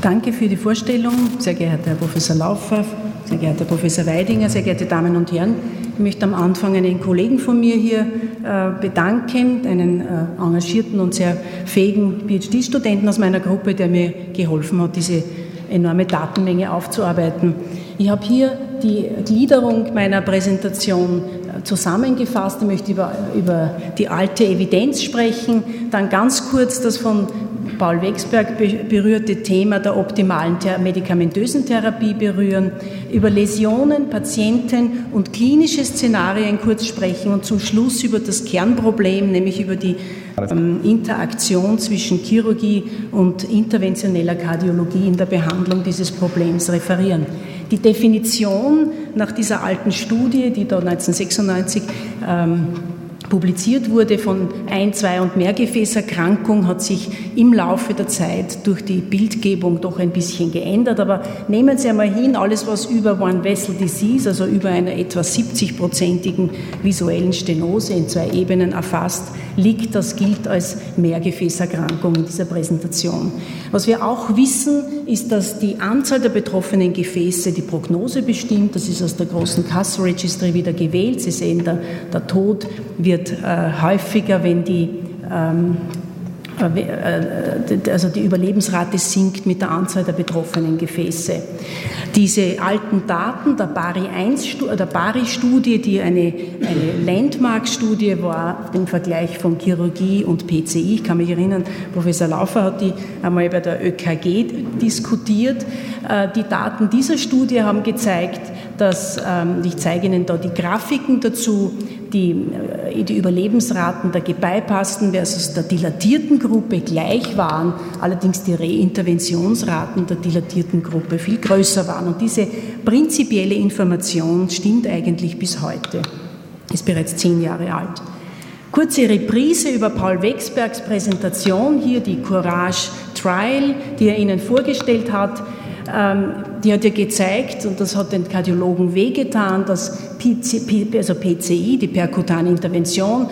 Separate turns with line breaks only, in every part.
Danke für die Vorstellung, sehr geehrter Herr Professor Laufer, sehr geehrter Herr Professor Weidinger, sehr geehrte Damen und Herren. Ich möchte am Anfang einen Kollegen von mir hier bedanken, einen engagierten und sehr fähigen PhD-Studenten aus meiner Gruppe, der mir geholfen hat, diese enorme Datenmenge aufzuarbeiten. Ich habe hier die Gliederung meiner Präsentation zusammengefasst. Ich möchte über die alte Evidenz sprechen, dann ganz kurz das von Paul Wexberg berührte Thema der optimalen medikamentösen Therapie berühren, über Läsionen, Patienten und klinische Szenarien kurz sprechen und zum Schluss über das Kernproblem, nämlich über die Interaktion zwischen Chirurgie und interventioneller Kardiologie in der Behandlung dieses Problems referieren. Die Definition nach dieser alten Studie, die da 1996 publiziert wurde, von Ein-, Zwei- und Mehrgefäßerkrankung, hat sich im Laufe der Zeit durch die Bildgebung doch ein bisschen geändert. Aber nehmen Sie einmal hin, alles was über One-Vessel-Disease, also über einer etwa 70-prozentigen visuellen Stenose in 2 Ebenen erfasst, liegt, das gilt als Mehrgefäßerkrankung in dieser Präsentation. Was wir auch wissen, ist, dass die Anzahl der betroffenen Gefäße die Prognose bestimmt. Das ist aus der großen Cass Registry wieder gewählt. Sie sehen, der Tod wird häufiger, wenn die Überlebensrate sinkt mit der Anzahl der betroffenen Gefäße. Diese alten Daten der BARI-Studie, die eine Landmark-Studie war, im Vergleich von Chirurgie und PCI, ich kann mich erinnern, Professor Laufer hat die einmal bei der ÖKG diskutiert. Die Daten dieser Studie haben gezeigt, dass, ich zeige Ihnen da die Grafiken dazu, die Überlebensraten der gebypassten versus der dilatierten Gruppe gleich waren, allerdings die Reinterventionsraten der dilatierten Gruppe viel größer waren. Und diese prinzipielle Information stimmt eigentlich bis heute, ist bereits 10 Jahre alt. Kurze Reprise über Paul Wexbergs Präsentation, hier die Courage Trial, die er Ihnen vorgestellt hat. Die hat ja gezeigt, und das hat den Kardiologen wehgetan, dass PCI, die perkutane Intervention,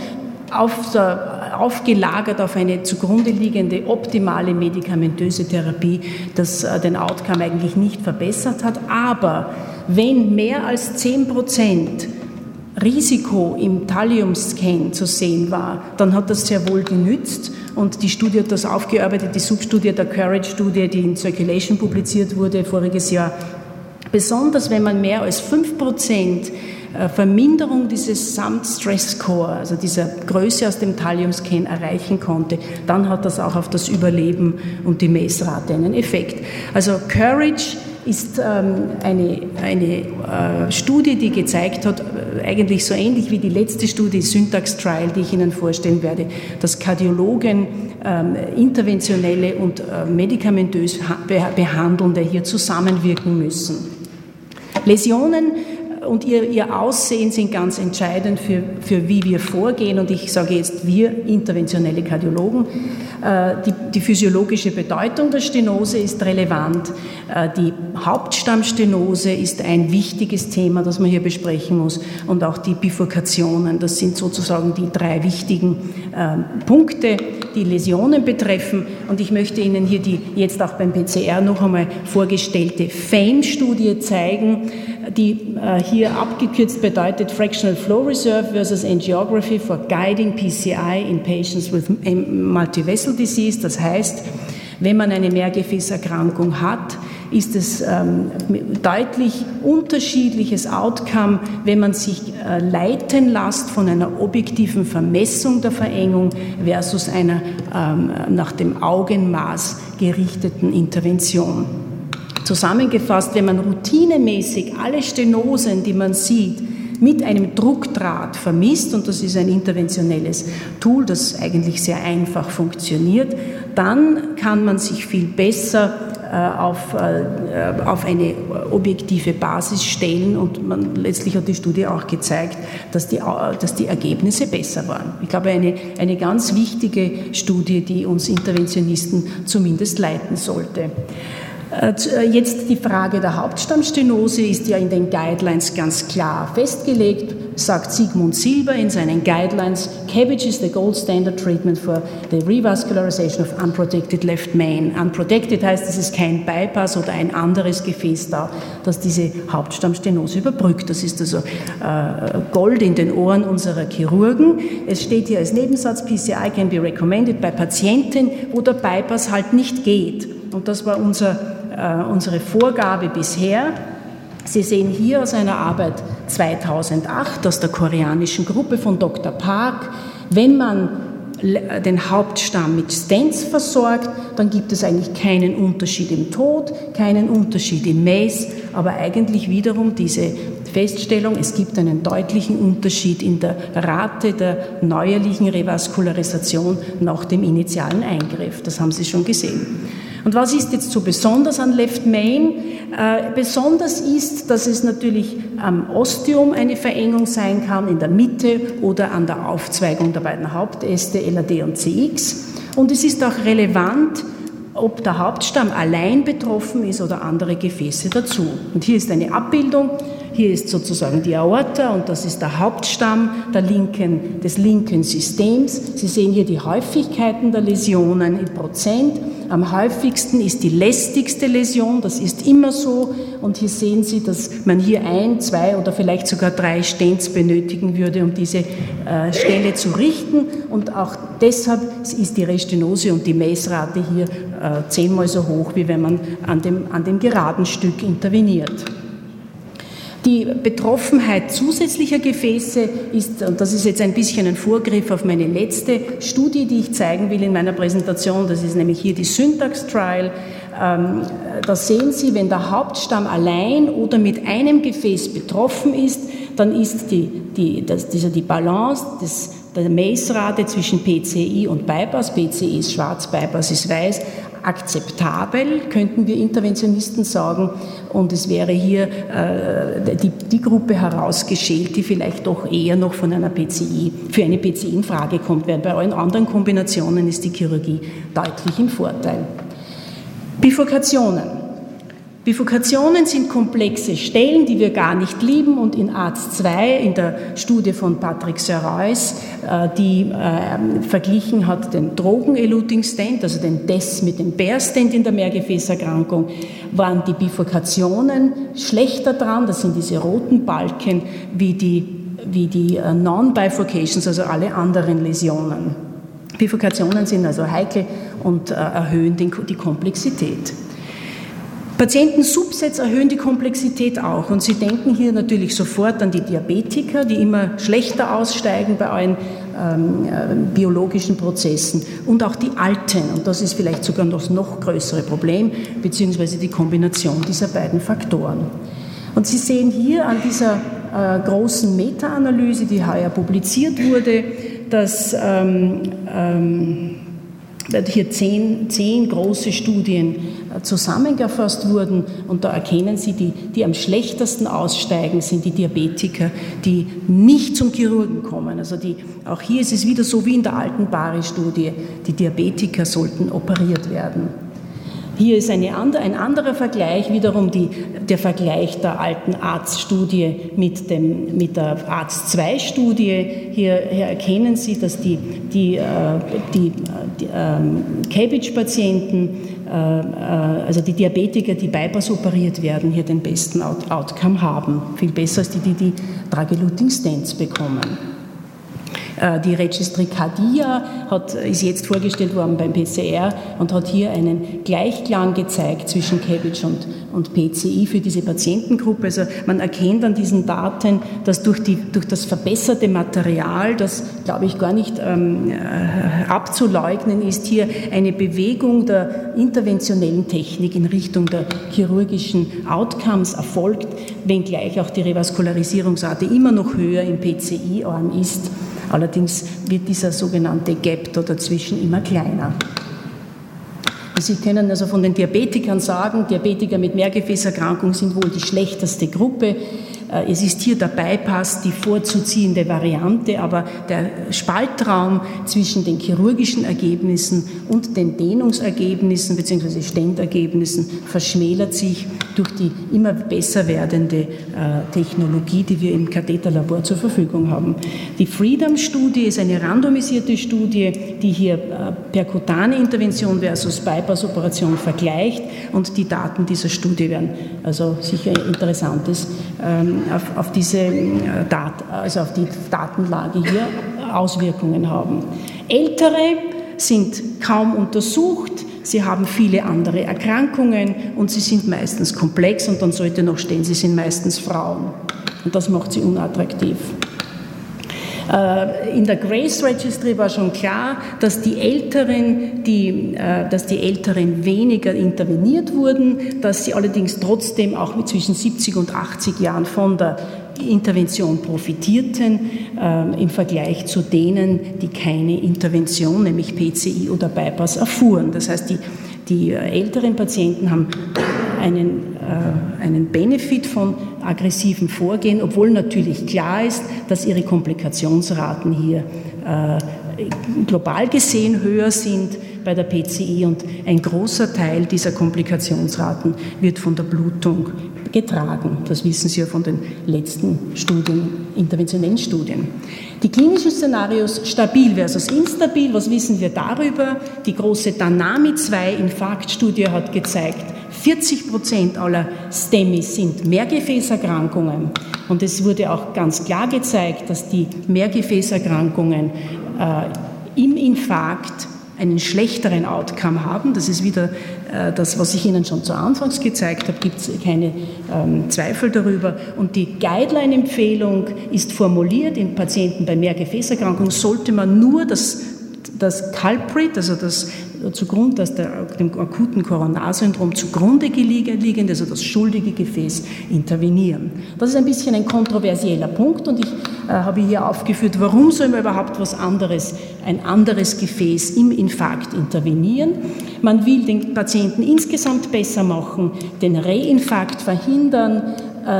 aufgelagert auf eine zugrunde liegende optimale medikamentöse Therapie, das den Outcome eigentlich nicht verbessert hat. Aber wenn mehr als 10% Risiko im Thallium-Scan zu sehen war, dann hat das sehr wohl genützt. Und die Studie hat das aufgearbeitet, die Substudie der Courage-Studie, die in Circulation publiziert wurde voriges Jahr. Besonders wenn man mehr als 5% Verminderung dieses SUMT-Stress-Score, also dieser Größe aus dem Thallium-Scan erreichen konnte, dann hat das auch auf das Überleben und die Messrate einen Effekt. Also Courage ist eine Studie, die gezeigt hat, eigentlich so ähnlich wie die letzte Studie, Syntax Trial, die ich Ihnen vorstellen werde, dass Kardiologen interventionelle und medikamentös Behandelnde hier zusammenwirken müssen. Läsionen und ihr Aussehen sind ganz entscheidend für wie wir vorgehen, und ich sage jetzt wir interventionelle Kardiologen. Die physiologische Bedeutung der Stenose ist relevant. Die Hauptstammstenose ist ein wichtiges Thema, das man hier besprechen muss, und auch die Bifurkationen. Das sind sozusagen die 3 wichtigen Punkte, die Läsionen betreffen. Und ich möchte Ihnen hier die jetzt auch beim PCR noch einmal vorgestellte FAME-Studie zeigen, die hier abgekürzt bedeutet Fractional Flow Reserve versus Angiography for Guiding PCI in Patients with Multivessel Disease. Das heißt, wenn man eine Mehrgefäßerkrankung hat, ist es deutlich unterschiedliches Outcome, wenn man sich leiten lässt von einer objektiven Vermessung der Verengung versus einer nach dem Augenmaß gerichteten Intervention. Zusammengefasst, wenn man routinemäßig alle Stenosen, die man sieht, mit einem Druckdraht vermisst, und das ist ein interventionelles Tool, das eigentlich sehr einfach funktioniert, dann kann man sich viel besser auf eine objektive Basis stellen, und letztlich hat die Studie auch gezeigt, dass die Ergebnisse besser waren. Ich glaube, eine ganz wichtige Studie, die uns Interventionisten zumindest leiten sollte. Jetzt die Frage der Hauptstammstenose ist ja in den Guidelines ganz klar festgelegt, sagt Sigmund Silber in seinen Guidelines, CABG is the gold standard treatment for the revascularization of unprotected left main. Unprotected heißt, es ist kein Bypass oder ein anderes Gefäß da, das diese Hauptstammstenose überbrückt. Das ist also Gold in den Ohren unserer Chirurgen. Es steht hier als Nebensatz, PCI can be recommended bei Patienten, wo der Bypass halt nicht geht. Und das war unsere Vorgabe bisher. Sie sehen hier aus einer Arbeit 2008 aus der koreanischen Gruppe von Dr. Park, wenn man den Hauptstamm mit Stents versorgt, dann gibt es eigentlich keinen Unterschied im Tod, keinen Unterschied im MACE, aber eigentlich wiederum diese Feststellung, es gibt einen deutlichen Unterschied in der Rate der neuerlichen Revaskularisation nach dem initialen Eingriff. Das haben Sie schon gesehen. Und was ist jetzt so besonders an Left Main? Besonders ist, dass es natürlich am Ostium eine Verengung sein kann, in der Mitte oder an der Aufzweigung der beiden Hauptäste LAD und CX. Und es ist auch relevant, ob der Hauptstamm allein betroffen ist oder andere Gefäße dazu. Und hier ist eine Abbildung. Hier ist sozusagen die Aorta und das ist der Hauptstamm des linken Systems. Sie sehen hier die Häufigkeiten der Läsionen in Prozent. Am häufigsten ist die lästigste Läsion, das ist immer so. Und hier sehen Sie, dass man hier 1, 2 oder vielleicht sogar 3 Stents benötigen würde, um diese Stelle zu richten. Und auch deshalb ist die Restenose und die MACE-Rate hier 10-mal so hoch, wie wenn man an dem geraden Stück interveniert. Die Betroffenheit zusätzlicher Gefäße ist, und das ist jetzt ein bisschen ein Vorgriff auf meine letzte Studie, die ich zeigen will in meiner Präsentation, das ist nämlich hier die Syntax Trial. Da sehen Sie, wenn der Hauptstamm allein oder mit einem Gefäß betroffen ist, dann ist die Balance der MACE-Rate zwischen PCI und Bypass, PCI ist schwarz, Bypass ist weiß, akzeptabel, könnten wir Interventionisten sagen, und es wäre hier die Gruppe herausgeschält, die vielleicht doch eher noch für eine PCI in Frage kommt, während bei allen anderen Kombinationen ist die Chirurgie deutlich im Vorteil. Bifurkationen sind komplexe Stellen, die wir gar nicht lieben, und in ARTS 2, in der Studie von Patrick Serruys, die verglichen hat den Drogen-Eluting-Stent, also den DES mit dem Bear-Stent in der Mehrgefäßerkrankung, waren die Bifurkationen schlechter dran, das sind diese roten Balken, wie die Non-Bifurcations, also alle anderen Läsionen. Bifurkationen sind also heikel und erhöhen die Komplexität. Patientensubsets erhöhen die Komplexität auch, und Sie denken hier natürlich sofort an die Diabetiker, die immer schlechter aussteigen bei allen biologischen Prozessen, und auch die Alten, und das ist vielleicht sogar das noch größere Problem, beziehungsweise die Kombination dieser beiden Faktoren. Und Sie sehen hier an dieser großen Meta-Analyse, die heuer publiziert wurde, dass hier 10 große Studien zusammengefasst wurden, und da erkennen Sie, die am schlechtesten aussteigen, sind die Diabetiker, die nicht zum Chirurgen kommen. Also auch hier ist es wieder so wie in der alten Bari-Studie, die Diabetiker sollten operiert werden. Hier ist ein anderer Vergleich, wiederum der Vergleich der alten ARTS-Studie mit der ARTS-2-Studie. Hier erkennen Sie, dass die CABG-Patienten, also die Diabetiker, die Bypass operiert werden, hier den besten Outcome haben. Viel besser als die Drug-Eluting-Stents bekommen. Die Registry Cardia ist jetzt vorgestellt worden beim PCR und hat hier einen Gleichklang gezeigt zwischen CABG und PCI für diese Patientengruppe. Also man erkennt an diesen Daten, dass durch das verbesserte Material, das glaube ich gar nicht abzuleugnen ist, hier eine Bewegung der interventionellen Technik in Richtung der chirurgischen Outcomes erfolgt, wenngleich auch die Revaskularisierungsrate immer noch höher im PCI-Arm ist. Allerdings wird dieser sogenannte Gap da dazwischen immer kleiner. Sie können also von den Diabetikern sagen, Diabetiker mit Mehrgefäßerkrankung sind wohl die schlechteste Gruppe. Es ist hier der Bypass die vorzuziehende Variante, aber der Spaltraum zwischen den chirurgischen Ergebnissen und den Dehnungsergebnissen bzw. Stendergebnissen verschmälert sich durch die immer besser werdende Technologie, die wir im Katheterlabor zur Verfügung haben. Die Freedom-Studie ist eine randomisierte Studie, die hier perkutane Intervention versus Bypass-Operation vergleicht, und die Daten dieser Studie werden also sicher Interessantes auf diese auf die Datenlage hier Auswirkungen haben. Ältere sind kaum untersucht, sie haben viele andere Erkrankungen und sie sind meistens komplex, und dann sollte noch stehen, sie sind meistens Frauen, und das macht sie unattraktiv. In der Grace Registry war schon klar, dass die Älteren weniger interveniert wurden, dass sie allerdings trotzdem auch mit zwischen 70 und 80 Jahren von der Intervention profitierten, im Vergleich zu denen, die keine Intervention, nämlich PCI oder Bypass, erfuhren. Das heißt, die älteren Patienten haben einen Benefit von aggressivem Vorgehen, obwohl natürlich klar ist, dass ihre Komplikationsraten hier global gesehen höher sind bei der PCI, und ein großer Teil dieser Komplikationsraten wird von der Blutung getragen. Das wissen Sie ja von den letzten interventionellen Studien. Die klinischen Szenarios stabil versus instabil, was wissen wir darüber? Die große Danami-2-Infarktstudie hat gezeigt, 40% aller STEMIs sind Mehrgefäßerkrankungen, und es wurde auch ganz klar gezeigt, dass die Mehrgefäßerkrankungen im Infarkt einen schlechteren Outcome haben. Das ist wieder das, was ich Ihnen schon zu Anfangs gezeigt habe, gibt es keine Zweifel darüber. Und die Guideline-Empfehlung ist formuliert: in Patienten bei Mehrgefäßerkrankungen sollte man nur das Culprit, also das dem akuten Koronarsyndrom zugrunde liegende, also das schuldige Gefäß, intervenieren. Das ist ein bisschen ein kontroversieller Punkt, und ich habe hier aufgeführt, warum soll man überhaupt ein anderes Gefäß im Infarkt intervenieren. Man will den Patienten insgesamt besser machen, den Reinfarkt verhindern,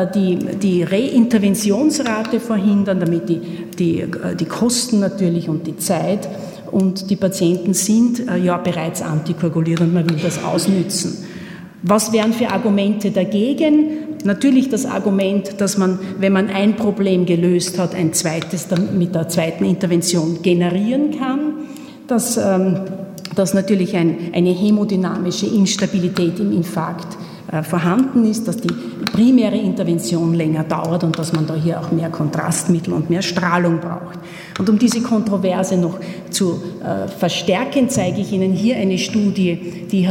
die Reinterventionsrate verhindern, damit die Kosten natürlich und die Zeit, und die Patienten sind ja bereits antikoaguliert, und man will das ausnützen. Was wären für Argumente dagegen? Natürlich das Argument, dass man, wenn man ein Problem gelöst hat, ein zweites mit der zweiten Intervention generieren kann, dass natürlich eine hämodynamische Instabilität im Infarkt vorhanden ist, dass die primäre Intervention länger dauert und dass man da hier auch mehr Kontrastmittel und mehr Strahlung braucht. Und um diese Kontroverse noch zu verstärken, zeige ich Ihnen hier eine Studie, die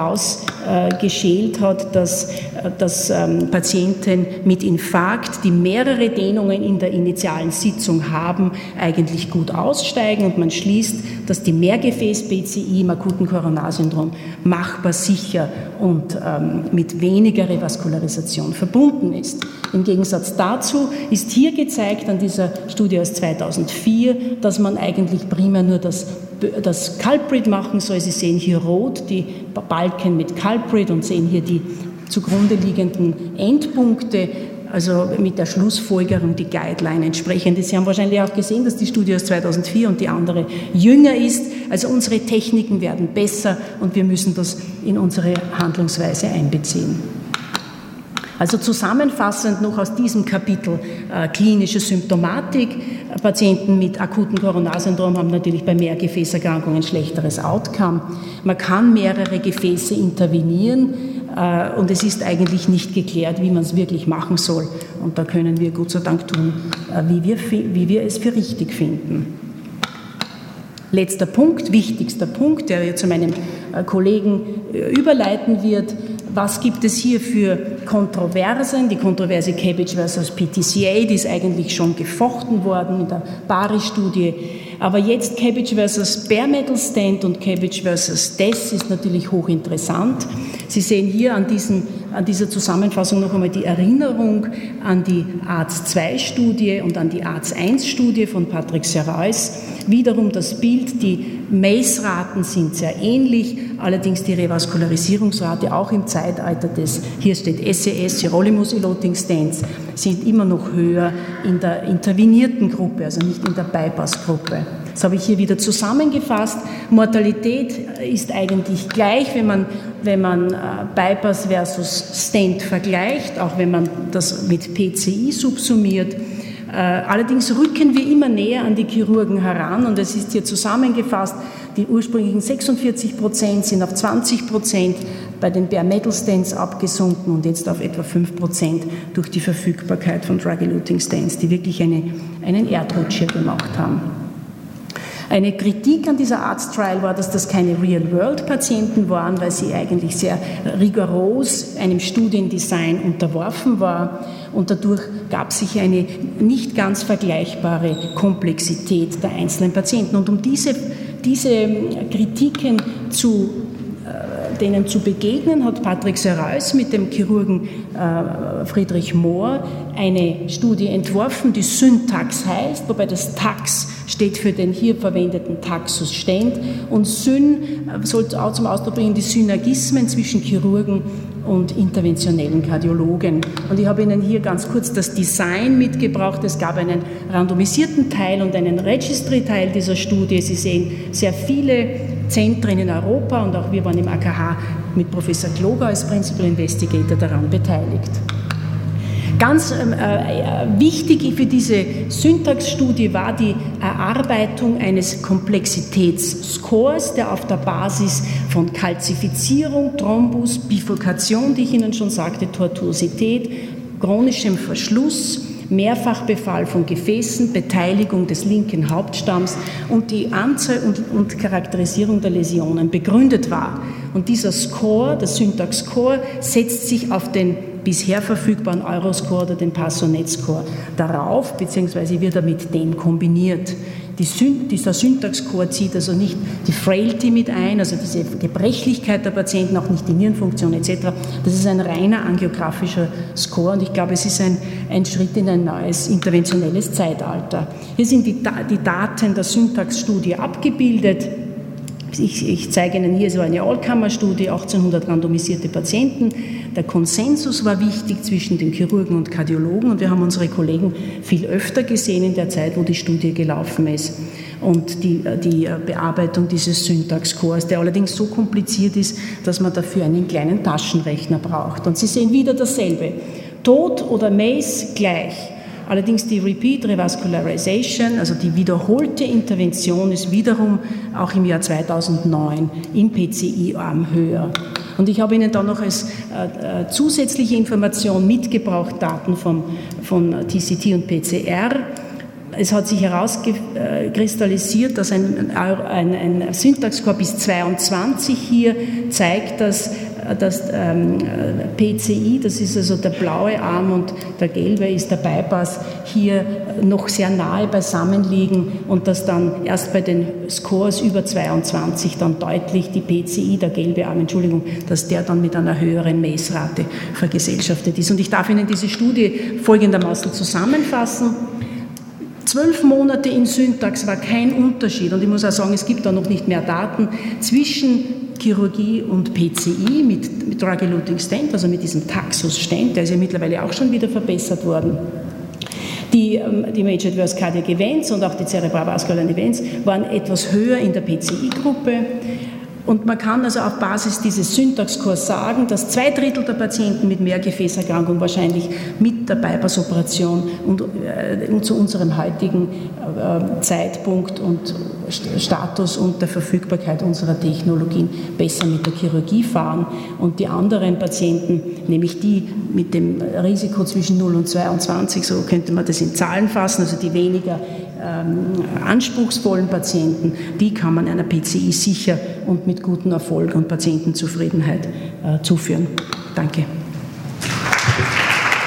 herausgeschält hat, dass Patienten mit Infarkt, die mehrere Dehnungen in der initialen Sitzung haben, eigentlich gut aussteigen, und man schließt, dass die Mehrgefäß-PCI im akuten Koronarsyndrom machbar, sicher und mit weniger Revaskularisation verbunden ist. Im Gegensatz dazu ist hier gezeigt an dieser Studie aus 2004, dass man eigentlich primär nur das Culprit machen soll. Sie sehen hier rot die Balken mit Culprit und sehen hier die zugrunde liegenden Endpunkte, also mit der Schlussfolgerung die Guideline entsprechend. Sie haben wahrscheinlich auch gesehen, dass die Studie aus 2004 und die andere jünger ist. Also unsere Techniken werden besser, und wir müssen das in unsere Handlungsweise einbeziehen. Also zusammenfassend noch aus diesem Kapitel klinische Symptomatik. Patienten mit akutem Koronarsyndrom haben natürlich bei Mehrgefäßerkrankungen schlechteres Outcome. Man kann mehrere Gefäße intervenieren, und es ist eigentlich nicht geklärt, wie man es wirklich machen soll. Und da können wir Gott sei Dank tun, wie wir es für richtig finden. Letzter Punkt, wichtigster Punkt, der zu meinem Kollegen überleiten wird. Was gibt es hier für Kontroversen? Die Kontroverse Cabbage versus PTCA, die ist eigentlich schon gefochten worden in der Bari-Studie. Aber jetzt Cabbage versus Bare Metal Stent und Cabbage versus DES ist natürlich hochinteressant. Sie sehen hier an dieser Zusammenfassung noch einmal die Erinnerung an die ARTS-2-Studie und an die ARTS-1-Studie von Patrick Serruys. Wiederum das Bild, die MACE-Raten sind sehr ähnlich, allerdings die Revaskularisierungsrate auch im Zeitalter des, hier steht SES, Sirolimus Eloting Stents, sind immer noch höher in der intervenierten Gruppe, also nicht in der Bypass-Gruppe. Das habe ich hier wieder zusammengefasst. Mortalität ist eigentlich gleich, wenn man Bypass versus Stent vergleicht, auch wenn man das mit PCI subsumiert. Allerdings rücken wir immer näher an die Chirurgen heran und es ist hier zusammengefasst, die ursprünglichen 46% sind auf 20% bei den Bare-Metal-Stents abgesunken und jetzt auf etwa 5% durch die Verfügbarkeit von Drug-Eluting-Stents, die wirklich einen Erdrutsch hier gemacht haben. Eine Kritik an dieser ARTS-Trial war, dass das keine Real-World-Patienten waren, weil sie eigentlich sehr rigoros einem Studiendesign unterworfen war und dadurch gab sich eine nicht ganz vergleichbare Komplexität der einzelnen Patienten. Und um diese Kritiken denen zu begegnen, hat Patrick Serruys mit dem Chirurgen Friedrich Mohr eine Studie entworfen, die Syntax heißt, wobei das Tax steht für den hier verwendeten Taxus-Stent und Syn soll auch zum Ausdruck bringen die Synergismen zwischen Chirurgen und interventionellen Kardiologen. Und ich habe Ihnen hier ganz kurz das Design mitgebracht. Es gab einen randomisierten Teil und einen Registry-Teil dieser Studie. Sie sehen sehr viele Zentren in Europa und auch wir waren im AKH mit Professor Kloger als Principal Investigator daran beteiligt. Ganz wichtig für diese Syntax-Studie war die Erarbeitung eines Komplexitätsscores, der auf der Basis von Kalzifizierung, Thrombus, Bifurkation, die ich Ihnen schon sagte, Tortuosität, chronischem Verschluss, Mehrfachbefall von Gefäßen, Beteiligung des linken Hauptstamms und die Anzahl und Charakterisierung der Läsionen begründet war. Und dieser Score, der Syntax-Score, setzt sich auf den bisher verfügbaren Euroscore oder den Passonet-Score darauf, beziehungsweise wird er mit dem kombiniert. Dieser Syntax-Score zieht also nicht die Frailty mit ein, also diese Gebrechlichkeit der Patienten, auch nicht die Nierenfunktion etc. Das ist ein reiner angiografischer Score und ich glaube, es ist ein Schritt in ein neues interventionelles Zeitalter. Hier sind die Daten der Syntax-Studie abgebildet. Ich zeige Ihnen hier so eine Allkammer-Studie, 1800 randomisierte Patienten. Der Konsensus war wichtig zwischen den Chirurgen und Kardiologen und wir haben unsere Kollegen viel öfter gesehen in der Zeit, wo die Studie gelaufen ist. Und die Bearbeitung dieses Syntax-Scores, der allerdings so kompliziert ist, dass man dafür einen kleinen Taschenrechner braucht. Und Sie sehen wieder dasselbe. Tod oder MACE gleich. Allerdings die Repeat Revascularization, also die wiederholte Intervention, ist wiederum auch im Jahr 2009 im PCI-Arm höher. Und ich habe Ihnen dann noch als zusätzliche Information mitgebracht, Daten von TCT und PCR. Es hat sich herauskristallisiert, dass ein Syntax-Score bis 22 hier zeigt, dass PCI, das ist also der blaue Arm und der gelbe ist der Bypass, hier noch sehr nahe beisammen liegen und dass dann erst bei den Scores über 22 dann deutlich die PCI, der gelbe Arm, dass der dann mit einer höheren MACE-Rate vergesellschaftet ist. Und ich darf Ihnen diese Studie folgendermaßen zusammenfassen. 12 Monate in Syntax war kein Unterschied und ich muss auch sagen, es gibt da noch nicht mehr Daten zwischen Chirurgie und PCI mit Drug-Eluting Stent, also mit diesem Taxus-Stent, der ist ja mittlerweile auch schon wieder verbessert worden. Die Major Adverse Cardiac Events und auch die Cerebrovaskulären Events waren etwas höher in der PCI-Gruppe. Und man kann also auf Basis dieses Syntax-Scores sagen, dass 2/3 der Patienten mit Mehrgefäßerkrankung wahrscheinlich mit der Bypass-Operation und zu unserem heutigen Zeitpunkt und Status und der Verfügbarkeit unserer Technologien besser mit der Chirurgie fahren. Und die anderen Patienten, nämlich die mit dem Risiko zwischen 0 und 22, so könnte man das in Zahlen fassen, also die weniger anspruchsvollen Patienten, die kann man einer PCI sicher und mit gutem Erfolg und Patientenzufriedenheit zuführen. Danke.